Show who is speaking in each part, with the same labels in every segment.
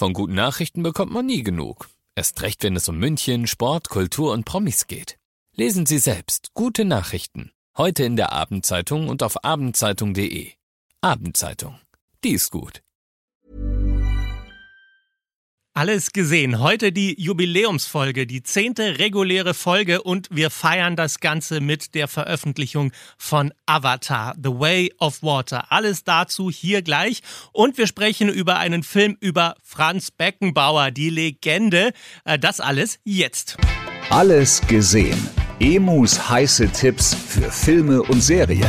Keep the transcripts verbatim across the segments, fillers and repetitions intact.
Speaker 1: Von guten Nachrichten bekommt man nie genug. Erst recht, wenn es um München, Sport, Kultur und Promis geht. Lesen Sie selbst gute Nachrichten. Heute in der Abendzeitung und auf abendzeitung punkt de. Abendzeitung. Die ist gut.
Speaker 2: Alles gesehen. Heute die Jubiläumsfolge, die zehnte reguläre Folge und wir feiern das Ganze mit der Veröffentlichung von Avatar, The Way of Water. Alles dazu hier gleich und wir sprechen über einen Film über Franz Beckenbauer, die Legende. Das alles jetzt.
Speaker 3: Alles gesehen. Emus heiße Tipps für Filme und Serien.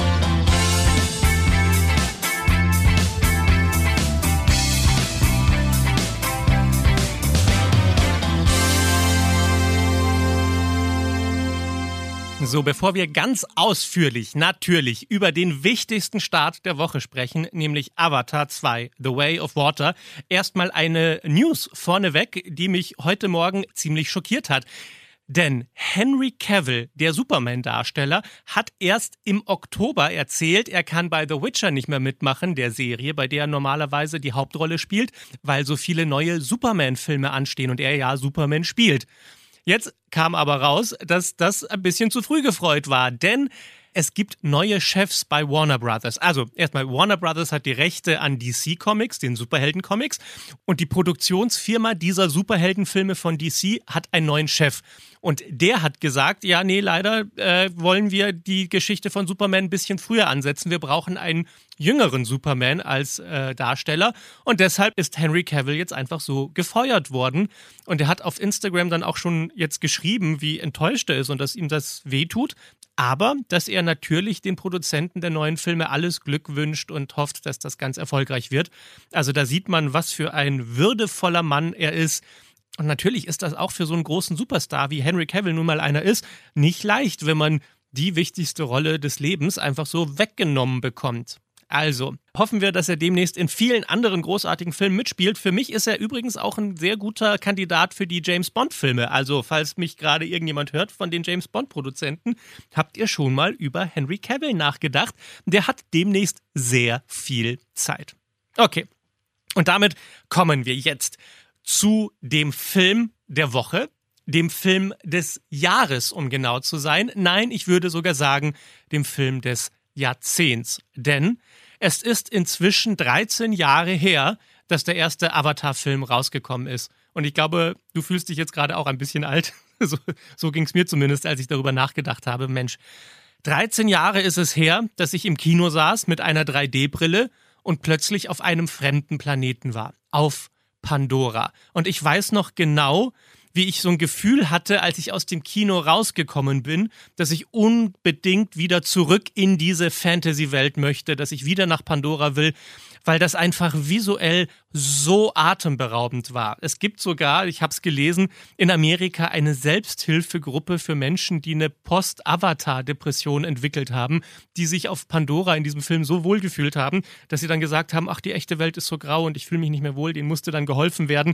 Speaker 2: So, bevor wir ganz ausführlich, natürlich, über den wichtigsten Start der Woche sprechen, nämlich Avatar zwei, The Way of Water, erstmal eine News vorneweg, die mich heute Morgen ziemlich schockiert hat. Denn Henry Cavill, der Superman-Darsteller, hat erst im Oktober erzählt, er kann bei The Witcher nicht mehr mitmachen, der Serie, bei der er normalerweise die Hauptrolle spielt, weil so viele neue Superman-Filme anstehen und er ja Superman spielt. Jetzt kam aber raus, dass das ein bisschen zu früh gefreut war, denn es gibt neue Chefs bei Warner Brothers. Also erstmal, Warner Brothers hat die Rechte an D C Comics, den Superhelden-Comics, und die Produktionsfirma dieser Superheldenfilme von D C hat einen neuen Chef. Und der hat gesagt, ja, nee, leider äh, wollen wir die Geschichte von Superman ein bisschen früher ansetzen. Wir brauchen einen jüngeren Superman als äh, Darsteller. Und deshalb ist Henry Cavill jetzt einfach so gefeuert worden. Und er hat auf Instagram dann auch schon jetzt geschrieben, wie enttäuscht er ist und dass ihm das wehtut. Aber dass er natürlich den Produzenten der neuen Filme alles Glück wünscht und hofft, dass das ganz erfolgreich wird. Also da sieht man, was für ein würdevoller Mann er ist. Und natürlich ist das auch für so einen großen Superstar, wie Henry Cavill nun mal einer ist, nicht leicht, wenn man die wichtigste Rolle des Lebens einfach so weggenommen bekommt. Also, hoffen wir, dass er demnächst in vielen anderen großartigen Filmen mitspielt. Für mich ist er übrigens auch ein sehr guter Kandidat für die James-Bond-Filme. Also, falls mich gerade irgendjemand hört von den James-Bond-Produzenten, habt ihr schon mal über Henry Cavill nachgedacht? Der hat demnächst sehr viel Zeit. Okay, und damit kommen wir jetzt zu dem Film der Woche, dem Film des Jahres, um genau zu sein. Nein, ich würde sogar sagen, dem Film des Jahrzehnts. Denn es ist inzwischen dreizehn Jahre her, dass der erste Avatar-Film rausgekommen ist. Und ich glaube, du fühlst dich jetzt gerade auch ein bisschen alt. So, so ging es mir zumindest, als ich darüber nachgedacht habe. Mensch, dreizehn Jahre ist es her, dass ich im Kino saß mit einer drei D Brille und plötzlich auf einem fremden Planeten war. Auf Pandora. Und ich weiß noch genau, wie ich so ein Gefühl hatte, als ich aus dem Kino rausgekommen bin, dass ich unbedingt wieder zurück in diese Fantasy-Welt möchte, dass ich wieder nach Pandora will, weil das einfach visuell so atemberaubend war. Es gibt sogar, ich habe es gelesen, in Amerika eine Selbsthilfegruppe für Menschen, die eine Post-Avatar-Depression entwickelt haben, die sich auf Pandora in diesem Film so wohl gefühlt haben, dass sie dann gesagt haben, ach, die echte Welt ist so grau und ich fühle mich nicht mehr wohl, denen musste dann geholfen werden.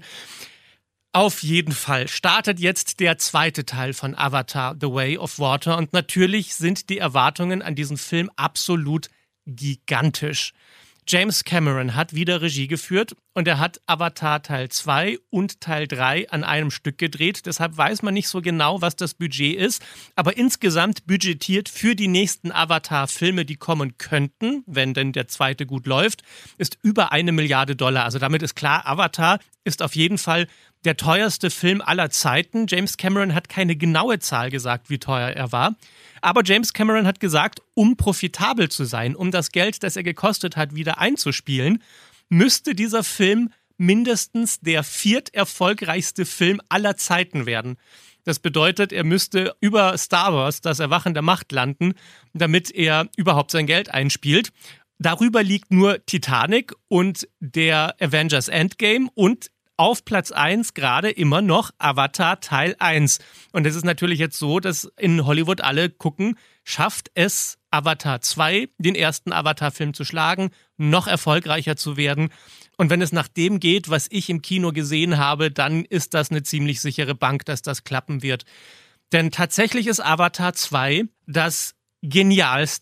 Speaker 2: Auf jeden Fall startet jetzt der zweite Teil von Avatar, The Way of Water. Und natürlich sind die Erwartungen an diesen Film absolut gigantisch. James Cameron hat wieder Regie geführt und er hat Avatar Teil zwei und Teil drei an einem Stück gedreht. Deshalb weiß man nicht so genau, was das Budget ist. Aber insgesamt budgetiert für die nächsten Avatar-Filme, die kommen könnten, wenn denn der zweite gut läuft, ist über eine Milliarde Dollar. Also damit ist klar, Avatar ist auf jeden Fall der teuerste Film aller Zeiten. James Cameron hat keine genaue Zahl gesagt, wie teuer er war. Aber James Cameron hat gesagt, um profitabel zu sein, um das Geld, das er gekostet hat, wieder einzuspielen, müsste dieser Film mindestens der vierterfolgreichste Film aller Zeiten werden. Das bedeutet, er müsste über Star Wars, das Erwachen der Macht, landen, damit er überhaupt sein Geld einspielt. Darüber liegt nur Titanic und der Avengers Endgame und auf Platz eins gerade immer noch Avatar Teil eins. Und es ist natürlich jetzt so, dass in Hollywood alle gucken, schafft es Avatar zwei, den ersten Avatar-Film zu schlagen, noch erfolgreicher zu werden. Und wenn es nach dem geht, was ich im Kino gesehen habe, dann ist das eine ziemlich sichere Bank, dass das klappen wird. Denn tatsächlich ist Avatar zwei das genialste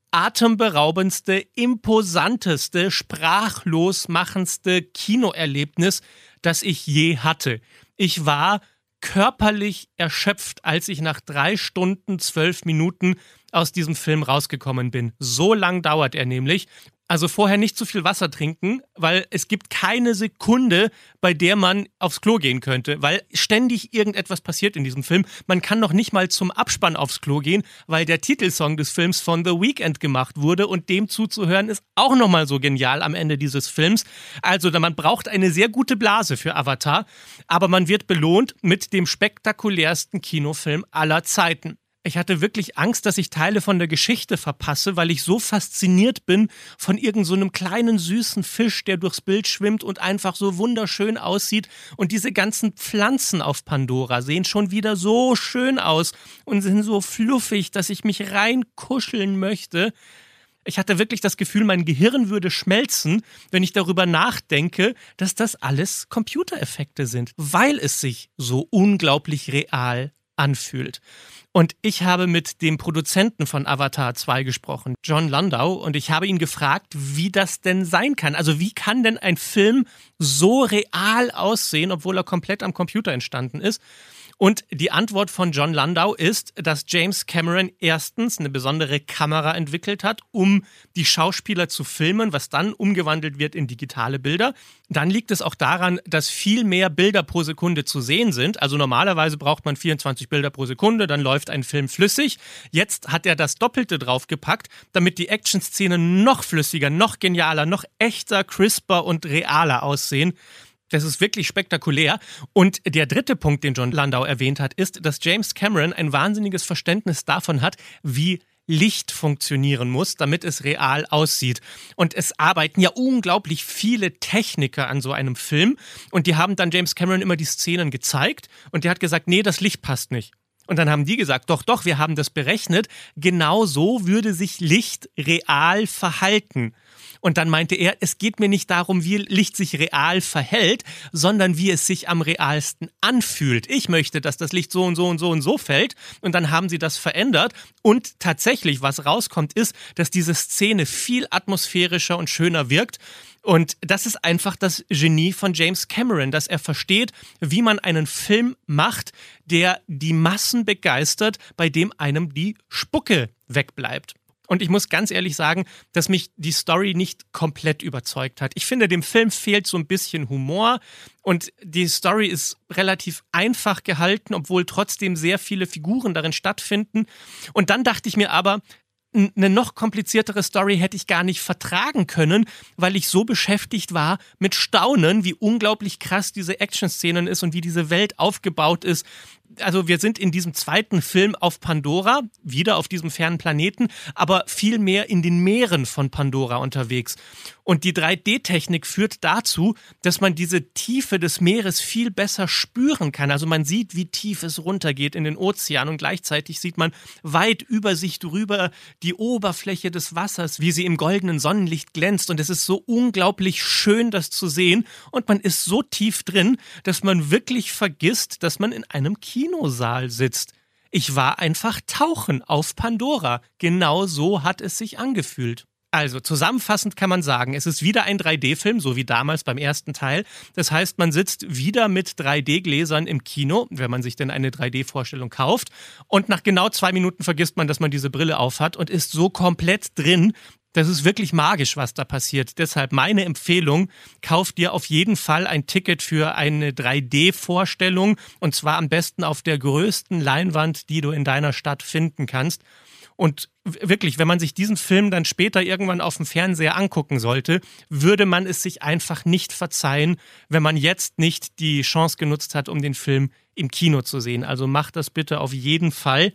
Speaker 2: atemberaubendste, imposanteste, sprachlos machendste Kinoerlebnis, das ich je hatte. Ich war körperlich erschöpft, als ich nach drei Stunden, zwölf Minuten aus diesem Film rausgekommen bin. So lang dauert er nämlich. Also vorher nicht zu viel Wasser trinken, weil es gibt keine Sekunde, bei der man aufs Klo gehen könnte, weil ständig irgendetwas passiert in diesem Film. Man kann noch nicht mal zum Abspann aufs Klo gehen, weil der Titelsong des Films von The Weeknd gemacht wurde und dem zuzuhören ist auch nochmal so genial am Ende dieses Films. Also man braucht eine sehr gute Blase für Avatar, aber man wird belohnt mit dem spektakulärsten Kinofilm aller Zeiten. Ich hatte wirklich Angst, dass ich Teile von der Geschichte verpasse, weil ich so fasziniert bin von irgend so einem kleinen süßen Fisch, der durchs Bild schwimmt und einfach so wunderschön aussieht. Und diese ganzen Pflanzen auf Pandora sehen schon wieder so schön aus und sind so fluffig, dass ich mich reinkuscheln möchte. Ich hatte wirklich das Gefühl, mein Gehirn würde schmelzen, wenn ich darüber nachdenke, dass das alles Computereffekte sind, weil es sich so unglaublich real anfühlt. Und ich habe mit dem Produzenten von Avatar zwei gesprochen, Jon Landau, und ich habe ihn gefragt, wie das denn sein kann. Also wie kann denn ein Film so real aussehen, obwohl er komplett am Computer entstanden ist? Und die Antwort von Jon Landau ist, dass James Cameron erstens eine besondere Kamera entwickelt hat, um die Schauspieler zu filmen, was dann umgewandelt wird in digitale Bilder. Dann liegt es auch daran, dass viel mehr Bilder pro Sekunde zu sehen sind. Also normalerweise braucht man vierundzwanzig Bilder pro Sekunde, dann läuft ein Film flüssig. Jetzt hat er das Doppelte draufgepackt, damit die Action-Szenen noch flüssiger, noch genialer, noch echter, crisper und realer aussehen. Das ist wirklich spektakulär. Und der dritte Punkt, den Jon Landau erwähnt hat, ist, dass James Cameron ein wahnsinniges Verständnis davon hat, wie Licht funktionieren muss, damit es real aussieht. Und es arbeiten ja unglaublich viele Techniker an so einem Film. Und die haben dann James Cameron immer die Szenen gezeigt. Und der hat gesagt, nee, das Licht passt nicht. Und dann haben die gesagt, doch, doch, wir haben das berechnet. Genau so würde sich Licht real verhalten. Und dann meinte er, es geht mir nicht darum, wie Licht sich real verhält, sondern wie es sich am realsten anfühlt. Ich möchte, dass das Licht so und so und so und so fällt. Und dann haben sie das verändert. Und tatsächlich, was rauskommt, ist, dass diese Szene viel atmosphärischer und schöner wirkt. Und das ist einfach das Genie von James Cameron, dass er versteht, wie man einen Film macht, der die Massen begeistert, bei dem einem die Spucke wegbleibt. Und ich muss ganz ehrlich sagen, dass mich die Story nicht komplett überzeugt hat. Ich finde, dem Film fehlt so ein bisschen Humor und die Story ist relativ einfach gehalten, obwohl trotzdem sehr viele Figuren darin stattfinden. Und dann dachte ich mir aber, eine noch kompliziertere Story hätte ich gar nicht vertragen können, weil ich so beschäftigt war mit Staunen, wie unglaublich krass diese Action-Szenen ist und wie diese Welt aufgebaut ist. Also wir sind in diesem zweiten Film auf Pandora, wieder auf diesem fernen Planeten, aber viel mehr in den Meeren von Pandora unterwegs. Und die drei D-Technik führt dazu, dass man diese Tiefe des Meeres viel besser spüren kann. Also man sieht, wie tief es runtergeht in den Ozean und gleichzeitig sieht man weit über sich drüber die Oberfläche des Wassers, wie sie im goldenen Sonnenlicht glänzt. Und es ist so unglaublich schön, das zu sehen. Und man ist so tief drin, dass man wirklich vergisst, dass man in einem Kinosaal sitzt. Ich war einfach tauchen auf Pandora. Genau so hat es sich angefühlt. Also zusammenfassend kann man sagen, es ist wieder ein drei D-Film, so wie damals beim ersten Teil. Das heißt, man sitzt wieder mit drei D-Gläsern im Kino, wenn man sich denn eine drei D-Vorstellung kauft. Und nach genau zwei Minuten vergisst man, dass man diese Brille aufhat und ist so komplett drin. Das ist wirklich magisch, was da passiert. Deshalb meine Empfehlung, kauf dir auf jeden Fall ein Ticket für eine drei D-Vorstellung und zwar am besten auf der größten Leinwand, die du in deiner Stadt finden kannst. Und wirklich, wenn man sich diesen Film dann später irgendwann auf dem Fernseher angucken sollte, würde man es sich einfach nicht verzeihen, wenn man jetzt nicht die Chance genutzt hat, um den Film im Kino zu sehen. Also macht das bitte auf jeden Fall.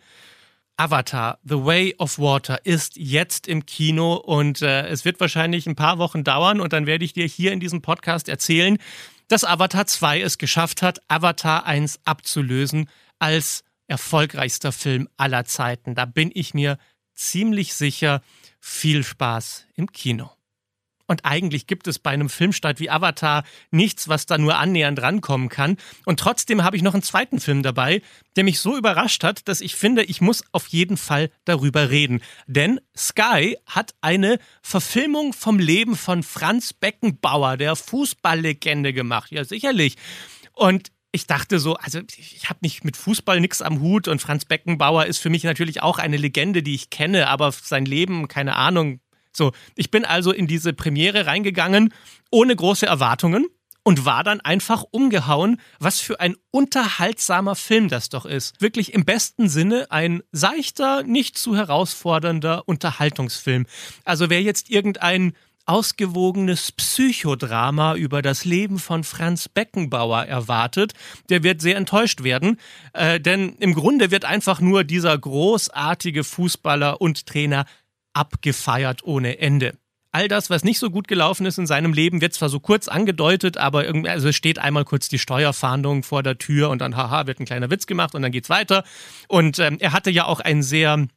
Speaker 2: Avatar, The Way of Water ist jetzt im Kino und äh, es wird wahrscheinlich ein paar Wochen dauern und dann werde ich dir hier in diesem Podcast erzählen, dass Avatar zwei es geschafft hat, Avatar eins abzulösen als erfolgreichster Film aller Zeiten. Da bin ich mir ziemlich sicher. Viel Spaß im Kino. Und eigentlich gibt es bei einem Filmstart wie Avatar nichts, was da nur annähernd rankommen kann. Und trotzdem habe ich noch einen zweiten Film dabei, der mich so überrascht hat, dass ich finde, ich muss auf jeden Fall darüber reden. Denn Sky hat eine Verfilmung vom Leben von Franz Beckenbauer, der Fußballlegende, gemacht. Ja, sicherlich. Und ich dachte so, also ich habe nicht mit Fußball nichts am Hut und Franz Beckenbauer ist für mich natürlich auch eine Legende, die ich kenne, aber sein Leben, keine Ahnung. So, ich bin also in diese Premiere reingegangen, ohne große Erwartungen und war dann einfach umgehauen, was für ein unterhaltsamer Film das doch ist. Wirklich im besten Sinne ein seichter, nicht zu herausfordernder Unterhaltungsfilm. Also wer jetzt irgendein ausgewogenes Psychodrama über das Leben von Franz Beckenbauer erwartet, der wird sehr enttäuscht werden, äh, denn im Grunde wird einfach nur dieser großartige Fußballer und Trainer abgefeiert ohne Ende. All das, was nicht so gut gelaufen ist in seinem Leben, wird zwar so kurz angedeutet, aber irgendwie, also es steht einmal kurz die Steuerfahndung vor der Tür und dann, haha, wird ein kleiner Witz gemacht und dann geht's weiter. Und ähm, er hatte ja auch ein sehr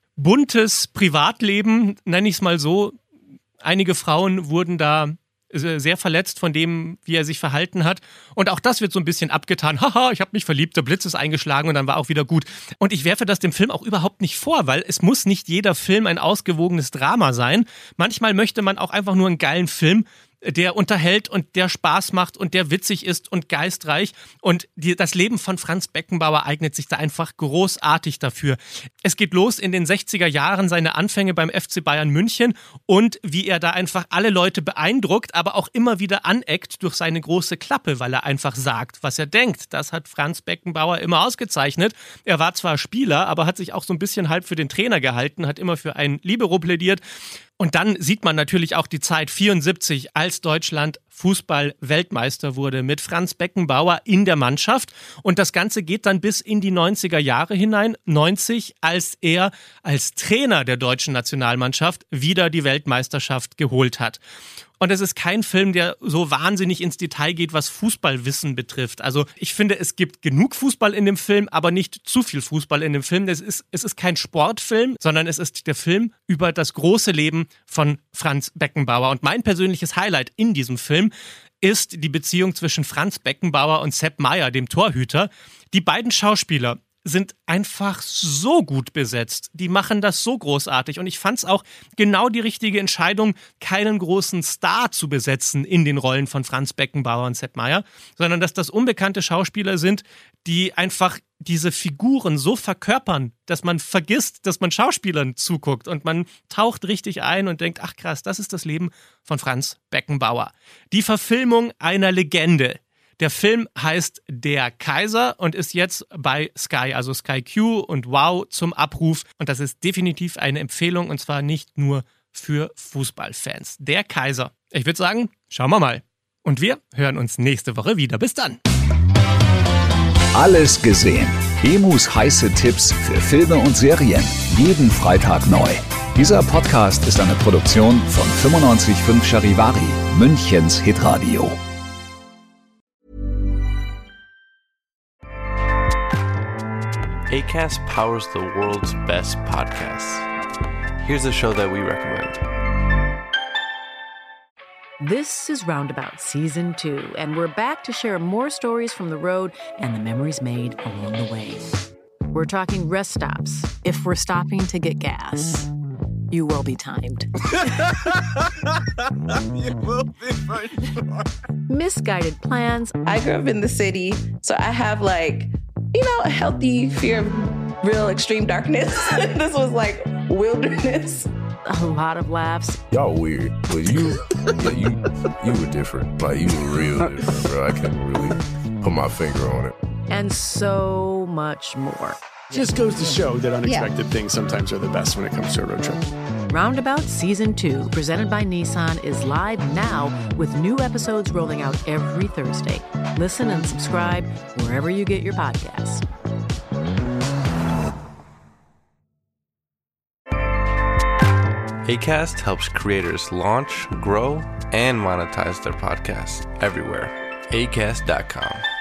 Speaker 2: buntes Privatleben, nenne ich es mal so. Einige Frauen wurden da sehr verletzt von dem, wie er sich verhalten hat. Und auch das wird so ein bisschen abgetan. Haha, ich habe mich verliebt, der Blitz ist eingeschlagen und dann war auch wieder gut. Und ich werfe das dem Film auch überhaupt nicht vor, weil es muss nicht jeder Film ein ausgewogenes Drama sein. Manchmal möchte man auch einfach nur einen geilen Film, der unterhält und der Spaß macht und der witzig ist und geistreich. Und die, das Leben von Franz Beckenbauer eignet sich da einfach großartig dafür. Es geht los in den sechziger Jahren, seine Anfänge beim F C Bayern München und wie er da einfach alle Leute beeindruckt, aber auch immer wieder aneckt durch seine große Klappe, weil er einfach sagt, was er denkt. Das hat Franz Beckenbauer immer ausgezeichnet. Er war zwar Spieler, aber hat sich auch so ein bisschen halb für den Trainer gehalten, hat immer für einen Libero plädiert. Und dann sieht man natürlich auch die Zeit vierundsiebzig, als Deutschland Fußball-Weltmeister wurde mit Franz Beckenbauer in der Mannschaft. Und das Ganze geht dann bis in die neunziger Jahre hinein, neunzig, als er als Trainer der deutschen Nationalmannschaft wieder die Weltmeisterschaft geholt hat. Und es ist kein Film, der so wahnsinnig ins Detail geht, was Fußballwissen betrifft. Also ich finde, es gibt genug Fußball in dem Film, aber nicht zu viel Fußball in dem Film. Es ist, es ist kein Sportfilm, sondern es ist der Film über das große Leben von Franz Beckenbauer. Und mein persönliches Highlight in diesem Film ist die Beziehung zwischen Franz Beckenbauer und Sepp Maier, dem Torhüter. Die beiden Schauspieler sind einfach so gut besetzt. Die machen das so großartig. Und ich fand es auch genau die richtige Entscheidung, keinen großen Star zu besetzen in den Rollen von Franz Beckenbauer und Sepp Maier, sondern dass das unbekannte Schauspieler sind, die einfach diese Figuren so verkörpern, dass man vergisst, dass man Schauspielern zuguckt und man taucht richtig ein und denkt, ach krass, das ist das Leben von Franz Beckenbauer. Die Verfilmung einer Legende. Der Film heißt Der Kaiser und ist jetzt bei Sky, also Sky Q und Wow zum Abruf. Und das ist definitiv eine Empfehlung und zwar nicht nur für Fußballfans. Der Kaiser. Ich würde sagen, schauen wir mal. Und wir hören uns nächste Woche wieder. Bis dann.
Speaker 3: Alles gesehen. Emus heiße Tipps für Filme und Serien. Jeden Freitag neu. Dieser Podcast ist eine Produktion von fünfundneunzig Komma fünf Charivari, Münchens Hitradio.
Speaker 4: Acast powers the world's best podcasts. Here's a show that we recommend.
Speaker 5: This is Roundabout Season two, and we're back to share more stories from the road and the memories made along the way. We're talking rest stops. If we're stopping to get gas, you will be timed.
Speaker 6: You will be for sure.
Speaker 5: Misguided plans.
Speaker 7: I grew up in the city, so I have like, you know, a healthy fear of real extreme darkness. This was like wilderness.
Speaker 5: A lot of laughs.
Speaker 6: Y'all weird, but you, yeah, you, you were different. Like, you were real different, bro. I can't really put my finger on it.
Speaker 5: And so much more.
Speaker 8: Just goes to show that unexpected yeah. things sometimes are the best when it comes to a road trip.
Speaker 5: Roundabout Season two, presented by Nissan, is live now with new episodes rolling out every Thursday. Listen and subscribe wherever you get your podcasts.
Speaker 4: Acast helps creators launch, grow, and monetize their podcasts everywhere. acast dot com.